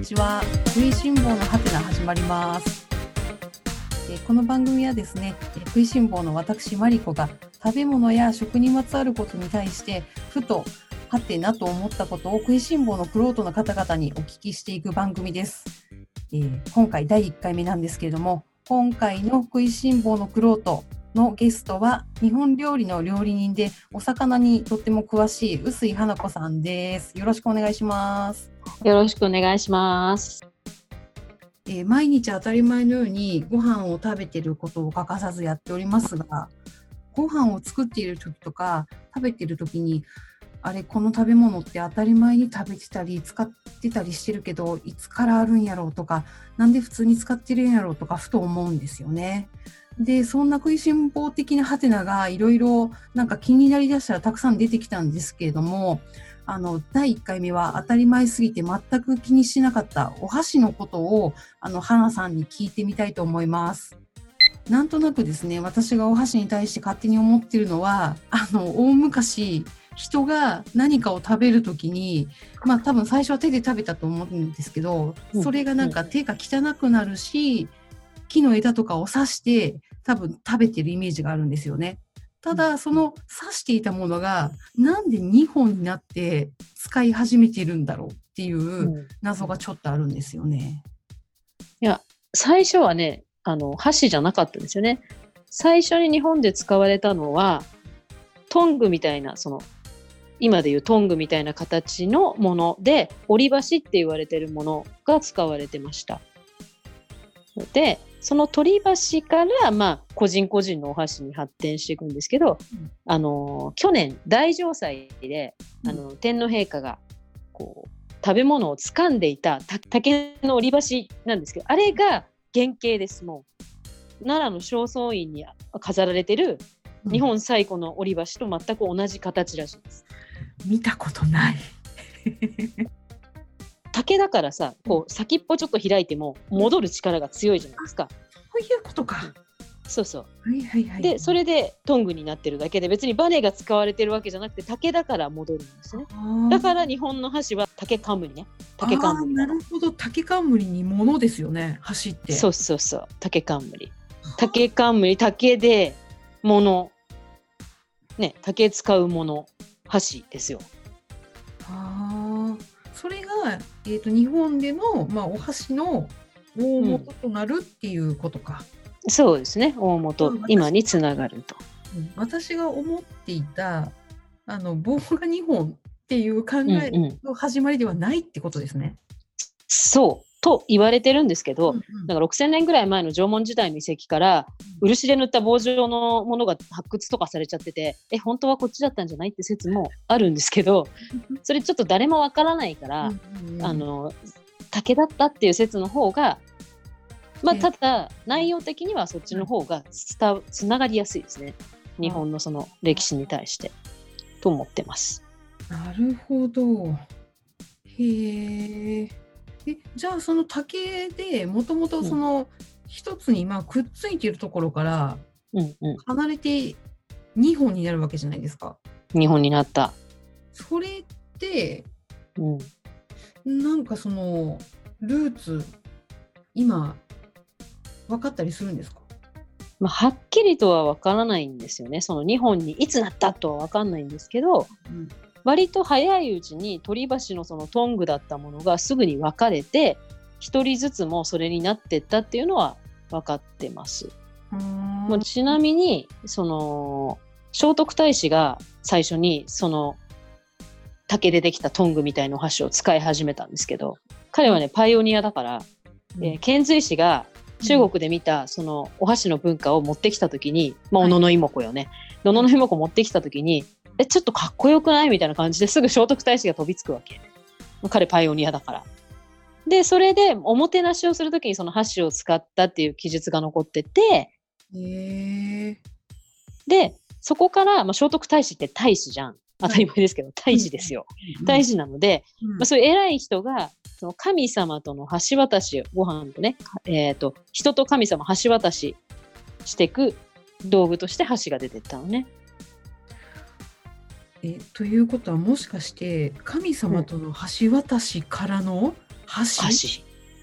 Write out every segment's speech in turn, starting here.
ちは。食いしん坊のハテナ始まります。この番組はですね、食いしん坊の私マリコが食べ物や食にまつわることに対してふとハテナと思ったことを食いしん坊の玄人の方々にお聞きしていく番組です。今回第1回目なんですけれども、今回の食いしん坊の玄人のゲストは日本料理の料理人でお魚にとっても詳しい臼井花子さんです。よろしくお願いします。 よろしくお願いします。 毎日当たり前のようにご飯を食べていることを欠かさずやっておりますが、ご飯を作っている時とか食べている時にあれこの食べ物って当たり前に食べてたり使ってたりしてるけどいつからあるんやろうとか、なんで普通に使ってるんやろうとかふと思うんですよね。でそんな食いしん坊的なハテナがいろいろなんか気になりだしたらたくさん出てきたんですけれども、第1回目は当たり前すぎて全く気にしなかったお箸のことを花さんに聞いてみたいと思います。なんとなくですね、私がお箸に対して勝手に思っているのは大昔人が何かを食べるときに、多分最初は手で食べたと思うんですけど、それがなんか手が汚くなるし、木の枝とかを刺して多分食べてるイメージがあるんですよね。ただその刺していたものがなんで2本になって使い始めているんだろうっていう謎がちょっとあるんですよね。 いや、最初はね、箸じゃなかったんですよね。最初に日本で使われたのはトングみたいな、今でいうトングみたいな形のもので、折り箸って言われているものが使われてました。でその取り箸から個人個人のお箸に発展していくんですけど、去年大嘗祭で天皇陛下が食べ物を掴んでいた竹の折り箸なんですけど、あれが原型です。もう奈良の正倉院に飾られてる日本最古の折り箸と全く同じ形らしいです。 見たことない竹だからさ、先っぽちょっと開いても戻る力が強いじゃないですか。 そういうことか。 そうそう、でそれでトングになってるだけで、別にバネが使われてるわけじゃなくて竹だから戻るんですね。だから日本の箸は竹冠ね。竹冠なるほど、竹冠に物ですよね、箸って。 そう竹冠、竹で物ね、竹使うもの、箸ですよ。 それが、日本での、お箸の大元となるっていうことか。 そうですね、大元、今につながると。 私が思っていた棒が2本っていう考えの始まりではないってことですね。 そうと言われてるんですけど、だから6000年ぐらい前の縄文時代の遺跡から漆で塗った棒状のものが発掘とかされちゃってて、本当はこっちだったんじゃないって説もあるんですけど、それちょっと誰もわからないから、竹だったっていう説の方が、ただ内容的にはそっちの方がつながりやすいですね、日本のその歴史に対してと思ってます。 なるほど。へえ。じゃあその竹でもともとその一つにくっついているところから離れて2本になるわけじゃないですか。 2本になった。それって、なんかそのルーツ今分かったりするんですか？ はっきりとは分からないんですよね。その2本にいつなったとは分かんないんですけど、割と早いうちに取り箸のそのトングだったものがすぐに分かれて、一人ずつもそれになってったっていうのは分かってます。もうちなみにその聖徳太子が最初にその竹でできたトングみたいなお箸を使い始めたんですけど、彼はねパイオニアだから、遣隋使が中国で見たそのお箸の文化を持ってきた時に、小野妹子よね、小野妹子持ってきた時にちょっとかっこよくないみたいな感じですぐ聖徳太子が飛びつくわけ。彼パイオニアだから。でそれでおもてなしをする時にその箸を使ったっていう記述が残ってて、でそこから、聖徳太子って太子じゃん、当たり前ですけど、太子ですよ、太子なので、そういう偉い人がその神様との橋渡し、ご飯とね、人と神様橋渡ししていく道具として箸が出てったのね。 ということはもしかして神様との橋渡しからの箸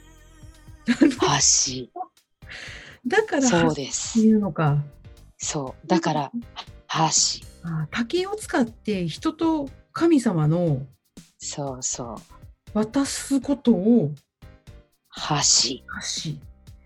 箸だからそうで箸ってす。 いうのか。 そうだから箸。 竹を使って人と神様のそうそう渡すことを箸。 箸。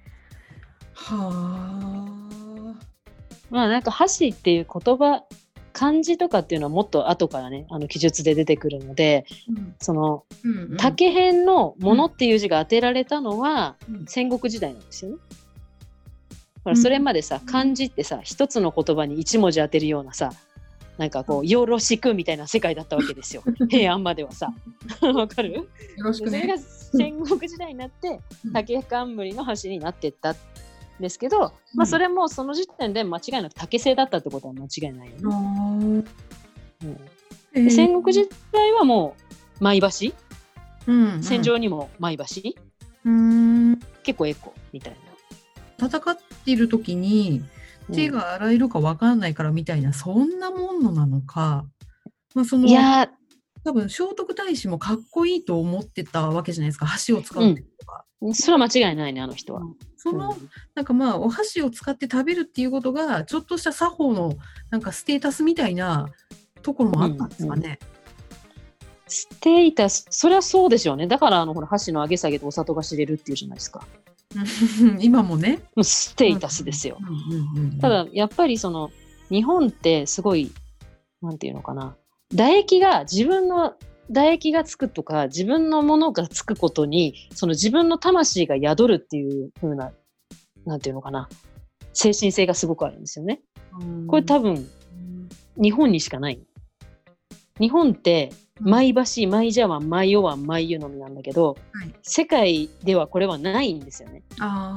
はまあなんか箸っていう言葉漢字とかっていうのはもっと後からね記述で出てくるので、その竹編のものっていう字が当てられたのは戦国時代なんですよね。ほらそれまでさ漢字ってさ一つの言葉に一文字当てるようなさなんかこうよろしくみたいな世界だったわけですよ平安まではさわかる？ よろしくね。 それが戦国時代になって竹冠の箸になってったんですけど、まあそれもその時点で間違いなく竹製だったってことは間違いないよね。で戦国時代はもう舞箸、戦場にも舞箸、結構エコみたいな。戦っている時に手が洗えるか分かんないからみたいな、そんなものなのか、まあ、 いや多分聖徳太子もかっこいいと思ってたわけじゃないですか、箸を使うってことが。 それは間違いないね、あの人は。 なんかまあお箸を使って食べるっていうことがちょっとした作法のなんかステータスみたいなところもあったんですかね。 ステータス、それはそうでしょうね。だからほら箸の上げ下げでお砂糖が知れるっていうじゃないですか。 今もね。 ステータスですよ。ただやっぱりその日本ってすごいなんていうのかな、自分の唾液がつくとか自分のものがつくことにその自分の魂が宿るっていう風ななんていうのかな、精神性がすごくあるんですよね。これ多分日本にしかない。日本って舞箸、舞茶碗、舞お碗、舞湯飲みなんだけど、世界ではこれはないんですよね。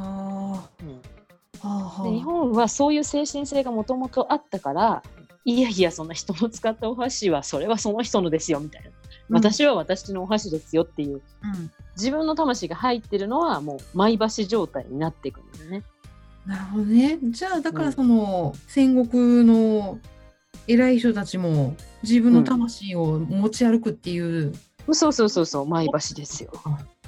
で日本はそういう精神性がもともとあったから、いやいやそんな人の使ったお箸はそれはその人のですよみたいな、私は私のお箸ですよっていう、自分の魂が入ってるのはもう舞箸状態になっていくんですね。 なるほどね。じゃあだからその、戦国の偉い人たちも自分の魂を持ち歩くっていう、 そう舞箸ですよ。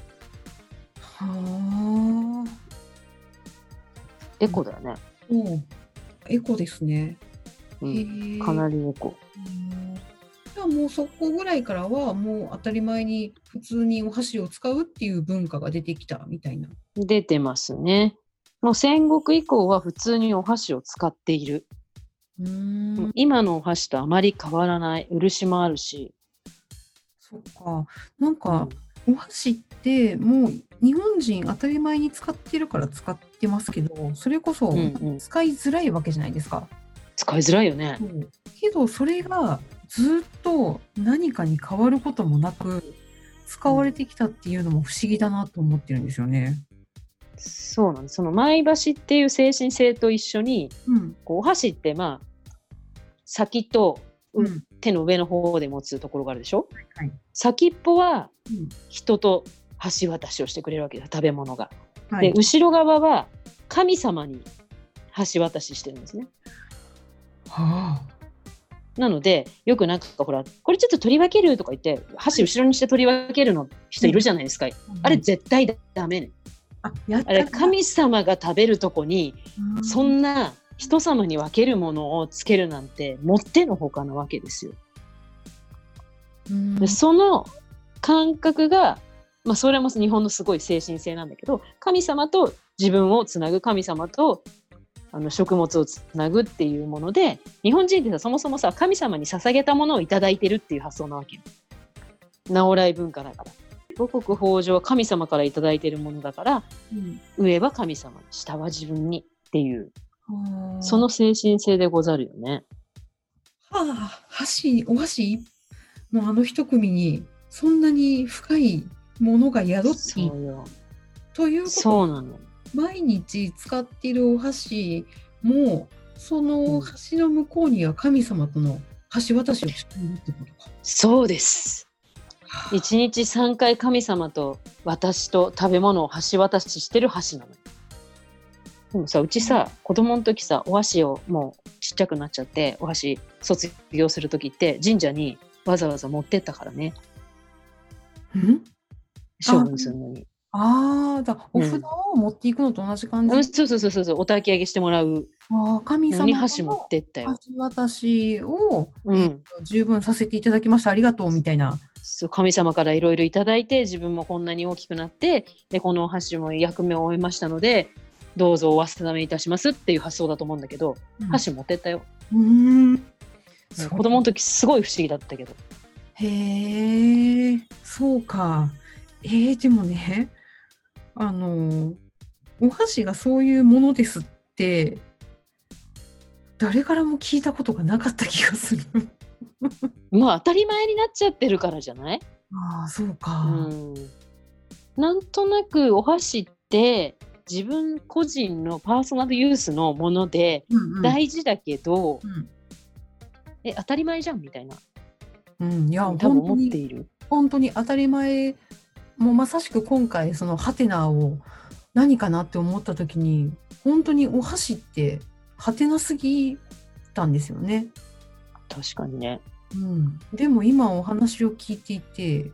エコだよね。 エコですね。 かなりエコ。 じゃあもうそこぐらいからはもう当たり前に普通にお箸を使うっていう文化が出てきたみたいな。 出てますね。もう戦国以降は普通にお箸を使っている。今のお箸とあまり変わらない。漆もあるし。 そっか。なんか、お箸ってもう日本人当たり前に使ってるから使ってますけど、それこそ使いづらいわけじゃないですか。 使いづらいよね。 けどそれがずっと何かに変わることもなく使われてきたっていうのも不思議だなと思ってるんですよね。 そうなんです。その舞箸っていう精神性と一緒に、こうお箸ってまあ先と、手の上の方で持つところがあるでしょ、先っぽは人と橋渡しをしてくれるわけです、食べ物が。で後ろ側は神様に橋渡ししてるんですね。なのでよくなんかほらこれちょっと取り分けるとか言って箸後ろにして取り分けるの人いるじゃないですか、あれ絶対ダメね。あれ神様が食べるとこにそんな人様に分けるものをつけるなんてもってのほかなわけですよ。でその感覚が、まあ、それも日本のすごい精神性なんだけど、神様と自分をつなぐ、神様と食物をつなぐっていうもので、日本人ってさそもそもさ神様に捧げたものをいただいてるっていう発想なわけよ。直来文化だから。五穀豊穣は神様からいただいてるものだから、上は神様に下は自分にっていう、その精神性でござるよね。 お箸の一組にそんなに深いものが宿っているということ。 そうなの。 毎日使っているお箸もその箸の向こうには神様との橋渡しをしているってことか。 そうです。1日3回神様と私と食べ物を橋渡ししてる箸なの。でもさ、うちさ、子供の時さ、お箸をもうちっちゃくなっちゃってお箸卒業する時って神社にわざわざ持ってったからね。 処分するのに。 お札を持っていくのと同じ感じ。 そう、お焚き上げしてもらう神のに様箸持ってったよ。 橋渡しを、 うん、 十分させていただきました。ありがとうみたいな。 そう、神様からいろいろいただいて、自分もこんなに大きくなって、でこのお箸も役目を終えましたので、どうぞお忘れいたしますっていう発想だと思うんだけど、箸持ってったよ。子供の時すごい不思議だったけど。 へえ、そうか。でもね、お箸がそういうものですって、誰からも聞いたことがなかった気がする。 まあ当たり前になっちゃってるからじゃない？ そうか。 なんとなくお箸って自分個人のパーソナルユースのもので大事だけど、当たり前じゃんみたいな、 いや多分思っている。 本当に当たり前。もうまさしく今回そのハテナを何かなって思った時に、本当にお箸ってハテナすぎたんですよね。 確かにね。 でも今お話を聞いていて、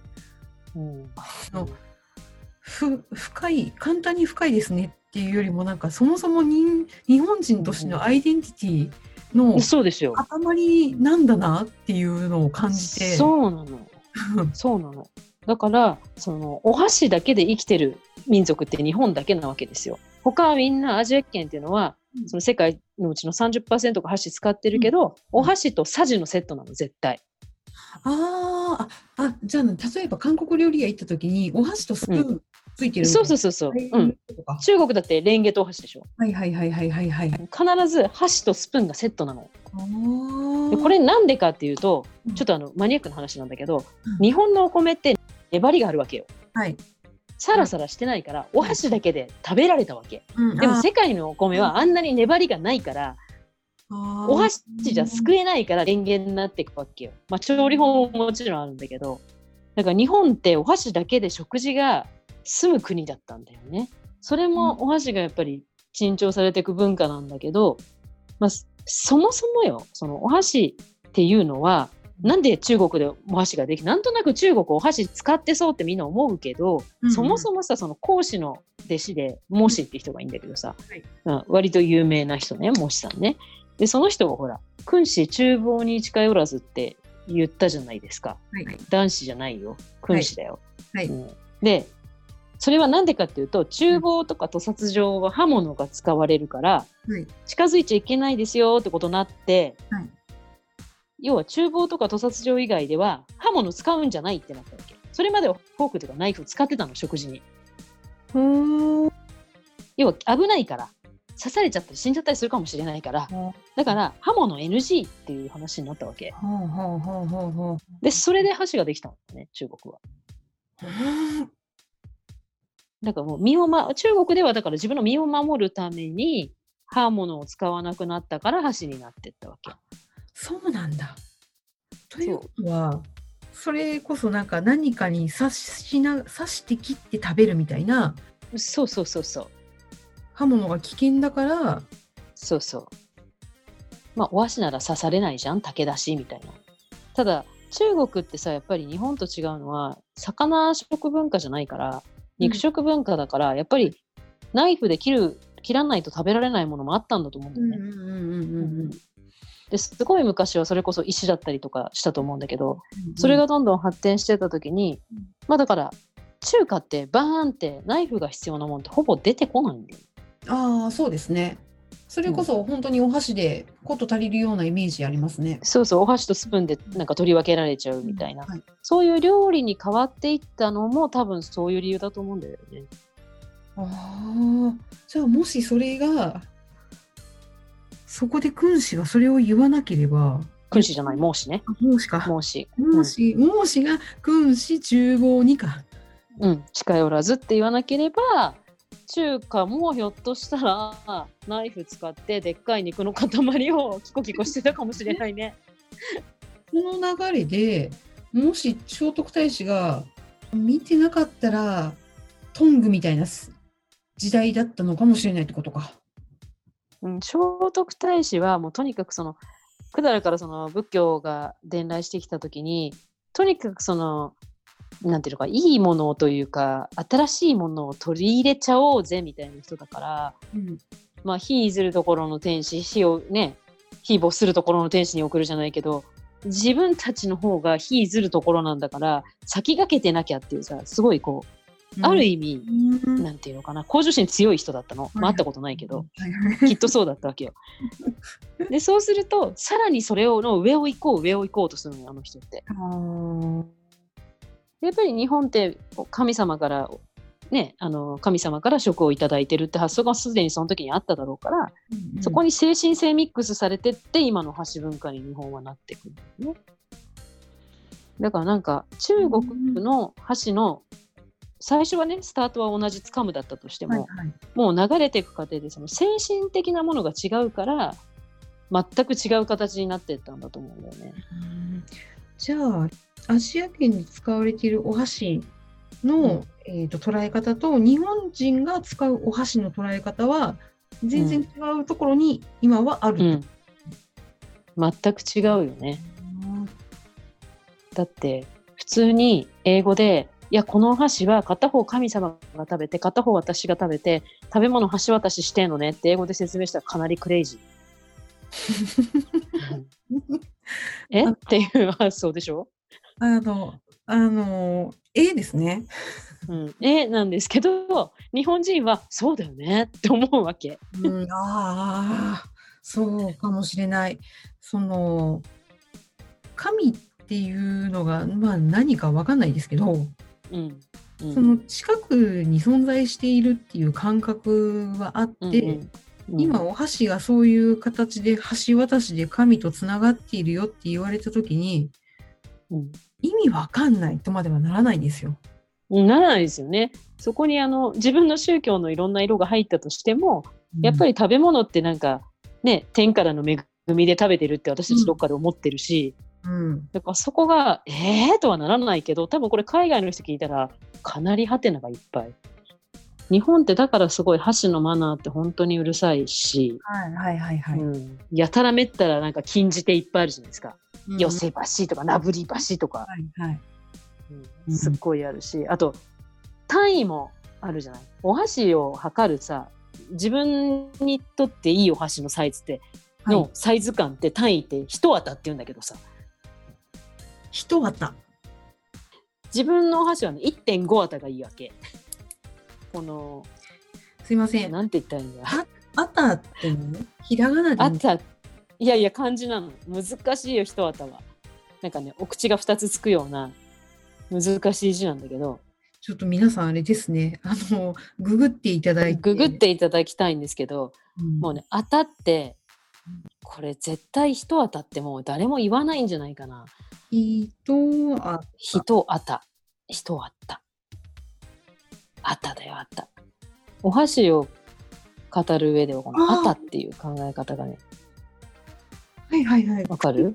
深い、簡単に深いですねっていうよりも、なんかそもそも日本人としてのアイデンティティの塊なんだなっていうのを感じて。 そうなの。そうなの。だからそのお箸だけで生きてる民族って日本だけなわけですよ。他はみんなアジア圏っていうのは、その世界のうちの 30% が箸使ってるけど、お箸とさじのセットなの絶対。 じゃあ例えば韓国料理屋行った時にお箸とスプーンついてる、 そう、中国だってレンゲとお箸でしょ。必ず箸とスプーンがセットなの。でこれなんでかっていうと、ちょっとマニアックな話なんだけど、日本のお米って粘りがあるわけよ。サラサラしてないからお箸だけで食べられたわけ。でも世界のお米はあんなに粘りがないから、お箸じゃすくえないからレンゲになっていくわけよ。調理法ももちろんあるんだけど、だから日本ってお箸だけで食事が済む国だったんだよね。それもお箸がやっぱり珍重されていく文化なんだけど、そもそもよ、そのお箸っていうのはなんで中国でお箸ができ、なんとなく中国お箸使ってそうってみんな思うけど、そもそもさ、その孔子の弟子で孟子って人がいいんだけどさ、割と有名な人ね、孟子さんね。でその人がほら、君子厨房に近寄らずって言ったじゃないですか。男子じゃないよ、君子だよ。でそれはなんでかっていうと、厨房とか屠殺場は刃物が使われるから、近づいちゃいけないですよってことになって、要は厨房とか屠殺場以外では刃物使うんじゃないってなったわけ。それまではフォークとかナイフ使ってたの、食事に。要は危ないから、刺されちゃったり死んじゃったりするかもしれないから、だから刃物 NG っていう話になったわけ。でそれで箸ができたのね、中国は。だからもう中国ではだから自分の身を守るために刃物を使わなくなったから箸になっていったわけ。 そうなんだ。ということは、それこそなんか何かに刺して切って食べるみたいな。 そう。 刃物が危険だから。 お箸なら刺されないじゃん、武田氏みたいな。ただ中国ってさ、やっぱり日本と違うのは魚食文化じゃないから肉食文化だから、やっぱりナイフで切らないと食べられないものもあったんだと思うんだよね。ですごい昔はそれこそ石だったりとかしたと思うんだけど、それがどんどん発展してた時に、だから中華ってバーンってナイフが必要なものってほぼ出てこないんだよ。 そうですね。それこそ本当にお箸でこと足りるようなイメージありますね。 お箸とスプーンでなんか取り分けられちゃうみたいな、そういう料理に変わっていったのも多分そういう理由だと思うんだよね。 じゃあもしそれがそこで君子がそれを言わなければ。 君子じゃない、孟子ね。 孟子か。 孟子が君子厨房にか。 近寄らずって言わなければ、中華もひょっとしたらナイフ使ってでっかい肉の塊をキコキコしてたかもしれないね。 この流れでもし聖徳太子が見てなかったらトングみたいな時代だったのかもしれないってことか。 聖徳太子はもうとにかくその百済からその仏教が伝来してきた時に、とにかくそのなんていうのか、いいものというか新しいものを取り入れちゃおうぜみたいな人だから、まあ火譲るところの天使、火をね、火没するところの天使に送るじゃないけど、自分たちの方が火譲るところなんだから先駆けてなきゃっていうさ、すごいこう、ある意味、なんていうのかな、向上心強い人だったの。まあ会ったことないけど、きっとそうだったわけよ。でそうするとさらにそれの上を行こうとするのよ、あの人って。やっぱり日本って神様からね、神様から食をいただいてるって発想がすでにその時にあっただろうから、そこに精神性ミックスされてって今の箸文化に日本はなってくるんだよね。だからなんか中国の箸の最初はね、スタートは同じつかむだったとしても、もう流れていく過程でその精神的なものが違うから全く違う形になっていったんだと思うんだよね。 じゃあアジア圏に使われているお箸の、捉え方と日本人が使うお箸の捉え方は全然違うところに今はある、 全く違うよね。だって普通に英語で、いやこのお箸は片方神様が食べて片方私が食べて食べ物橋渡ししてんのねって英語で説明したらかなりクレイジー。っていう発想でしょ。 ですね。 なんですけど日本人はそうだよねって思うわけ。 そうかもしれない。その神っていうのが、まあ、何か分かんないですけど、その近くに存在しているっていう感覚はあって、今お箸がそういう形で橋渡しで神とつながっているよって言われた時に、意味わかんないとまではならないんですよ。 ならないですよね。そこに自分の宗教のいろんな色が入ったとしても、やっぱり食べ物ってなんかね、天からの恵みで食べてるって私たちどっかで思ってるし、だからそこがとはならないけど、多分これ海外の人聞いたらかなりハテナがいっぱい。日本ってだからすごい箸のマナーって本当にうるさいし、やたらめったらなんか禁じ手いっぱいあるじゃないですか。寄せ箸とかなぶり箸とか、すっごいあるし、あと単位もあるじゃない。お箸を測るさ、自分にとっていいお箸のサイズってのサイズ感って単位って一綿って言うんだけどさ、 一綿、 自分のお箸はね 1.5 綿がいいわけ。このすいません、 なんて言ったらいいんだ。 あたってね、ひらがなで。 あた、いやいや漢字なの。難しいよ一綿は。なんかね、お口が2つつくような難しい字なんだけど。 ちょっと皆さんあれですね、ググっていただいて。 ググっていただきたいんですけど、もうね、あたって、これ絶対一綿ってもう誰も言わないんじゃないかな。一綿。あっただよ、あった。お箸を語る上ではこのあたっていう考え方がね。わかる？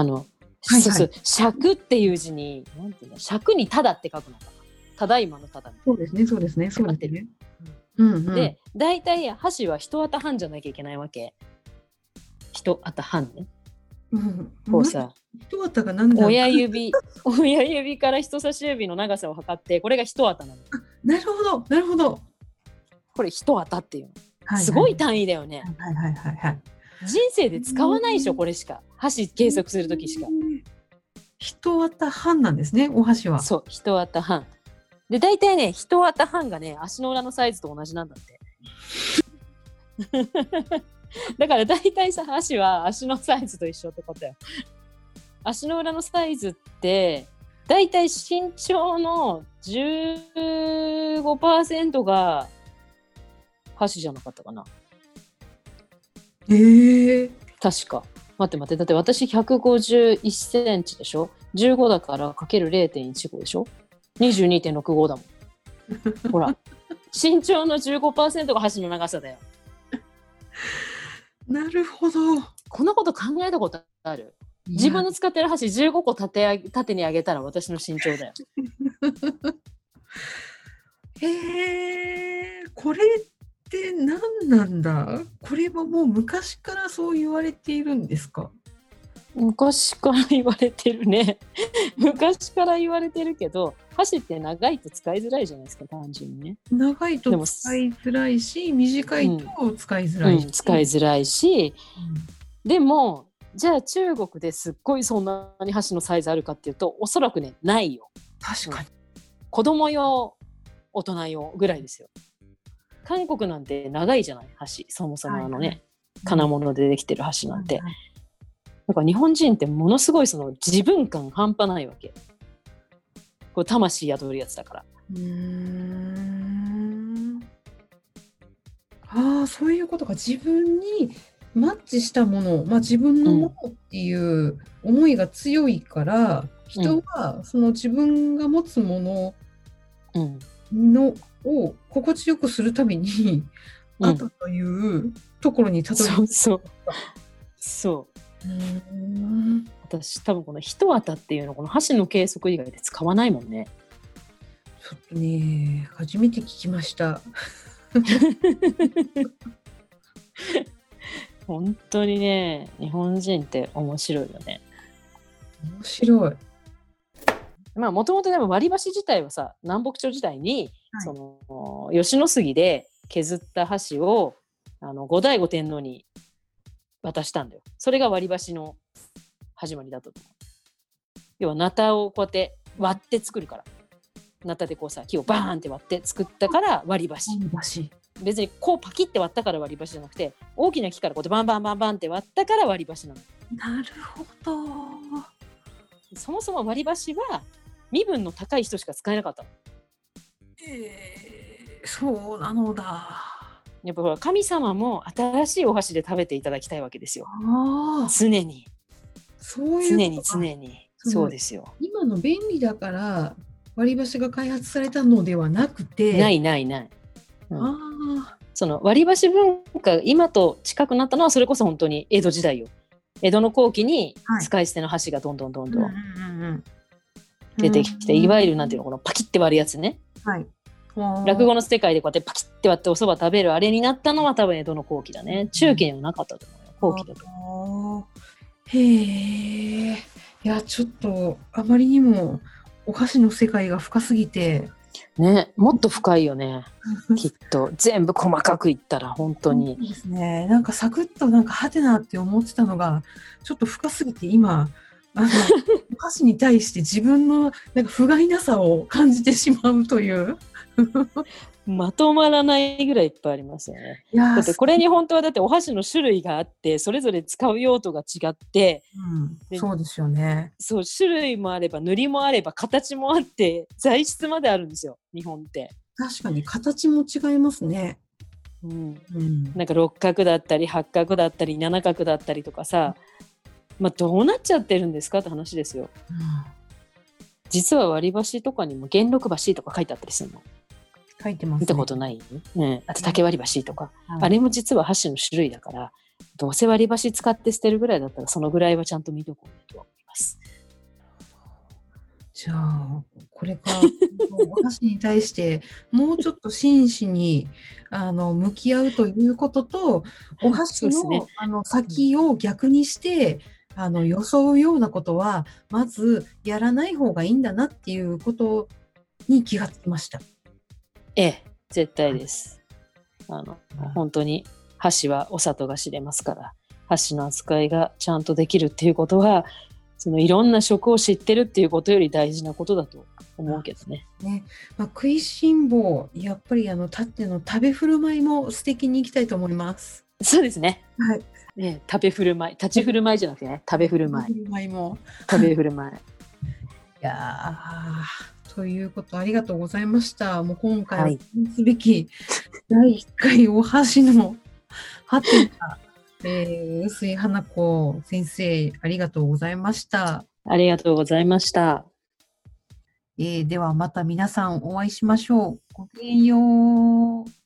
尺っていう字に、なんていうの？尺にただって書くのかな。ただいまのただみたいな。 そうですね。 で、大体箸は一綿半じゃなきゃいけないわけ。一綿半ね。こうさ、 一綿が何だ。 親指から人差し指の長さを測って、これが一綿なの。 なるほど。 これ一綿っていうの。すごい単位だよね。人生で使わないでしょ、これしか。箸計測するときしか。 一綿半なんですね、お箸は。 そう、一綿半。で、大体ね、一綿半がね、足の裏のサイズと同じなんだって。だから大体さ、箸は足のサイズと一緒ってことよ。足の裏のサイズって大体身長の 15% が箸じゃなかったかな。確か。待って、だって私151センチでしょ。15だからかける 0.15 でしょ。22.65 だもん。ほら、身長の 15% が箸の長さだよ。 なるほど。 こんなこと考えたことある？自分の使ってる箸15個縦に上げたら私の身長だよ。 これって何なんだ？これはもう昔からそう言われているんですか？ 昔から言われてるね。昔から言われてるけど、箸って長いと使いづらいじゃないですか、単純にね。 長いと使いづらいし、短いと使いづらいし、 使いづらいし、でもじゃあ中国ですっごいそんなに箸のサイズあるかっていうと、おそらくね、ないよ。 確かに、 子供用、大人用ぐらいですよ。韓国なんて長いじゃない、箸。そもそも金物でできてる箸なんて、だから日本人ってものすごいその自分感半端ないわけ。これ魂宿るやつだから。 そういうことか。自分にマッチしたもの、自分のものっていう思いが強いから、人はその自分が持つものを心地よくするために、後というところにたどり着く。 そう。私多分この一綿っていうの、この箸の計測以外で使わないもんね。 ちょっとね、初めて聞きました。 本当にね、日本人って面白いよね。 面白い。 もともとでも割り箸自体はさ、南北朝時代に、その吉野杉で削った箸を後醍醐天皇に渡したんだよ。それが割り箸の始まりだったと思う。要はナタをこうやって割って作るから、ナタでこうさ、木をバーンって割って作ったから割り箸。別にこうパキって割ったから割り箸じゃなくて、大きな木からこうやってバンバンバンバンって割ったから割り箸なの。 なるほど。 そもそも割り箸は身分の高い人しか使えなかったの。 そうなのだ。 やっぱほら、神様も新しいお箸で食べていただきたいわけですよ。常に。 そういう常に。そうですよ。 今の便利だから割り箸が開発されたのではなくて。 ない。その割り箸文化今と近くなったのはそれこそ本当に江戸時代よ。江戸の後期に使い捨ての箸がどんどん出てきて、いわゆるなんていうの、このパキって割るやつね。落語の世界でこうやってパキって割ってお蕎麦食べるあれになったのは多分江戸の後期だね。中期にはなかったと思うよ。後期だと思う。へえ。いや、ちょっとあまりにもお箸の世界が深すぎてね、もっと深いよね。きっと全部細かくいったら本当に。 そうですね。なんかサクッとなんかハテナって思ってたのがちょっと深すぎて、今お箸に対して自分のなんか不甲斐なさを感じてしまうというまとまらないぐらいいっぱいありますよね。だってこれに本当はだってお箸の種類があってそれぞれ使う用途が違って、 そうですよね。 そう、種類もあれば塗りもあれば形もあって材質まであるんですよ、日本って。 確かに形も違いますね。 なんか六角だったり八角だったり七角だったりとかさ、どうなっちゃってるんですかって話ですよ。実は割り箸とかにも元禄箸とか書いてあったりするの。 書いてますね。 見たことない？あと竹割り箸とか、あれも実は箸の種類だから、どうせ割り箸使って捨てるぐらいだったらそのぐらいはちゃんと見とこうと思います。 じゃあこれからお箸に対してもうちょっと真摯に向き合うということと、お箸の、先を逆にして装うようなことはまずやらない方がいいんだなっていうことに気がつきました。 絶対です。本当に箸はお里が知れますから、箸の扱いがちゃんとできるっていうことは、そのいろんな食を知ってるっていうことより大事なことだと思うけどね。 食いしん坊、やっぱりたっての食べ振る舞いも素敵にいきたいと思います。 そうですね。食べ振る舞い、立ち振る舞いじゃなくてね、食べ振る舞い。食べ振る舞い。いやということありがとうございました。もう今回はすべき第1回お箸のはてな、臼井花子先生ありがとうございました。 ありがとうございました。 ではまた皆さんお会いしましょう。ごきげんよう。